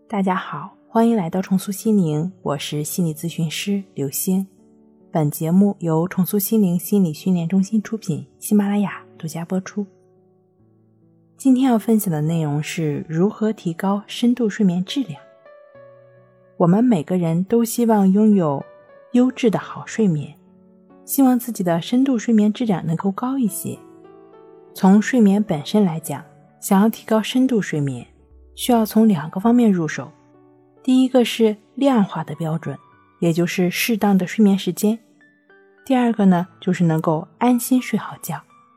大家好，欢迎来到重塑心灵，我是心理咨询师刘星。本节目由重塑心灵心理训练中心出品，喜马拉雅独家播出。今天要分享的内容是如何提高深度睡眠质量。我们每个人都希望拥有优质的好睡眠，希望自己的深度睡眠质量能够高一些。从睡眠本身来讲，想要提高深度睡眠，需要从2个方面入手。第一个是量化的标准，也就是适当的睡眠时间。第二个呢，就是能够安心睡好觉。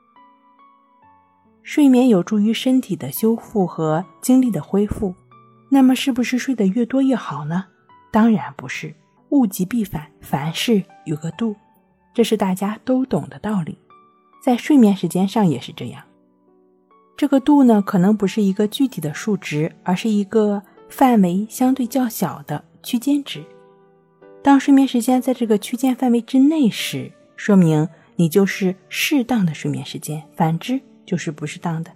睡眠有助于身体的修复和精力的恢复，那么是不是睡得越多越好呢？当然不是，物极必反，凡事有个度，这是大家都懂的道理。在睡眠时间上也是这样。这个度呢，可能不是一个具体的数值，而是一个范围相对较小的区间值。当睡眠时间在这个区间范围之内时，说明你就是适当的睡眠时间，反之就是不适当的。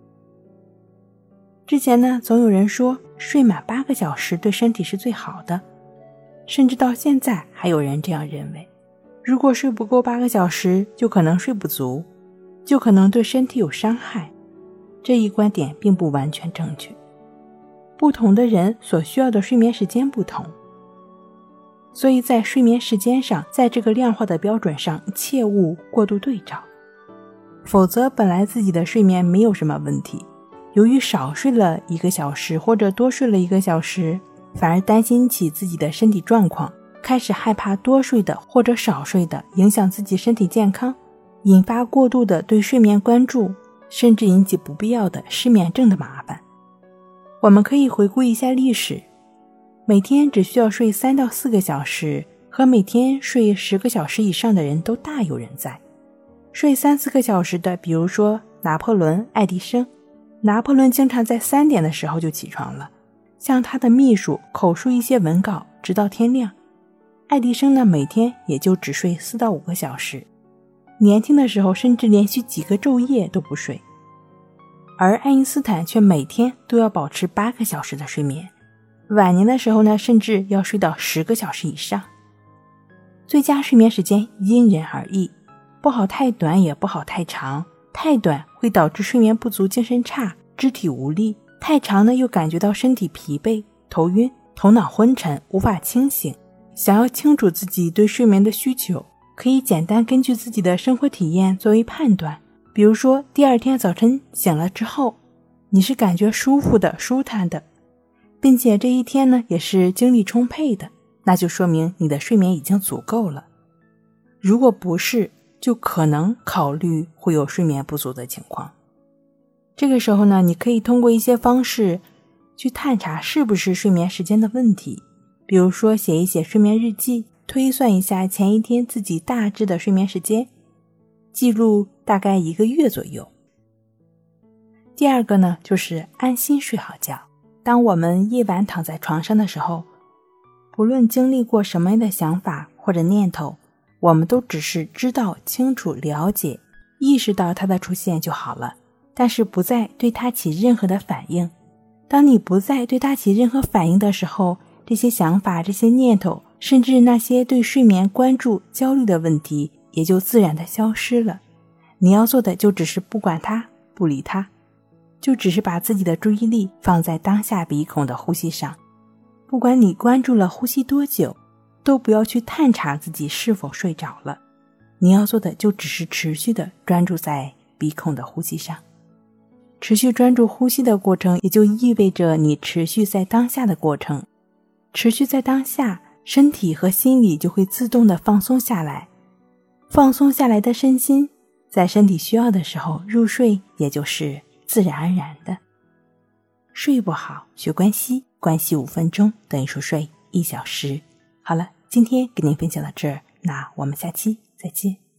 之前呢，总有人说睡满8个小时对身体是最好的，甚至到现在还有人这样认为，如果睡不够8个小时，就可能睡不足，就可能对身体有伤害。这一观点并不完全正确，不同的人所需要的睡眠时间不同，所以在睡眠时间上，在这个量化的标准上切勿过度对照，否则本来自己的睡眠没有什么问题，由于少睡了1个小时或者多睡了1个小时，反而担心起自己的身体状况，开始害怕多睡的或者少睡的影响自己身体健康，引发过度的对睡眠关注，甚至引起不必要的失眠症的麻烦。我们可以回顾一下历史，每天只需要睡3到4个小时和每天睡10个小时以上的人都大有人在。睡3-4个小时的，比如说拿破仑、爱迪生。拿破仑经常在3点的时候就起床了，向他的秘书口述一些文稿，直到天亮。爱迪生呢，每天也就只睡4到5个小时，年轻的时候甚至连续几个昼夜都不睡。而爱因斯坦却每天都要保持8个小时的睡眠，晚年的时候呢，甚至要睡到10个小时以上。最佳睡眠时间因人而异，不好太短也不好太长，太短会导致睡眠不足、精神差、肢体无力，太长呢又感觉到身体疲惫、头晕、头脑昏沉，无法清醒。想要清楚自己对睡眠的需求，可以简单根据自己的生活体验作为判断。比如说第2天早晨醒了之后，你是感觉舒服的、舒坦的，并且这一天呢也是精力充沛的，那就说明你的睡眠已经足够了。如果不是，就可能考虑会有睡眠不足的情况。这个时候呢，你可以通过一些方式去探查是不是睡眠时间的问题，比如说写一写睡眠日记，推算一下前一天自己大致的睡眠时间，记录大概1个月左右。第2个呢，就是安心睡好觉。当我们夜晚躺在床上的时候，不论经历过什么样的想法或者念头，我们都只是知道、清楚、了解、意识到它的出现就好了，但是不再对它起任何的反应。当你不再对它起任何反应的时候，这些想法、这些念头，甚至那些对睡眠关注、焦虑的问题，也就自然的消失了。你要做的就只是不管它，不理它，就只是把自己的注意力放在当下鼻孔的呼吸上。不管你关注了呼吸多久，都不要去探查自己是否睡着了。你要做的就只是持续的专注在鼻孔的呼吸上。持续专注呼吸的过程，也就意味着你持续在当下的过程。持续在当下，身体和心理就会自动的放松下来。放松下来的身心，在身体需要的时候入睡，也就是自然而然的。睡不好学关系，关系5分钟等于熟睡1小时。好了，今天跟您分享到这儿，那我们下期再见。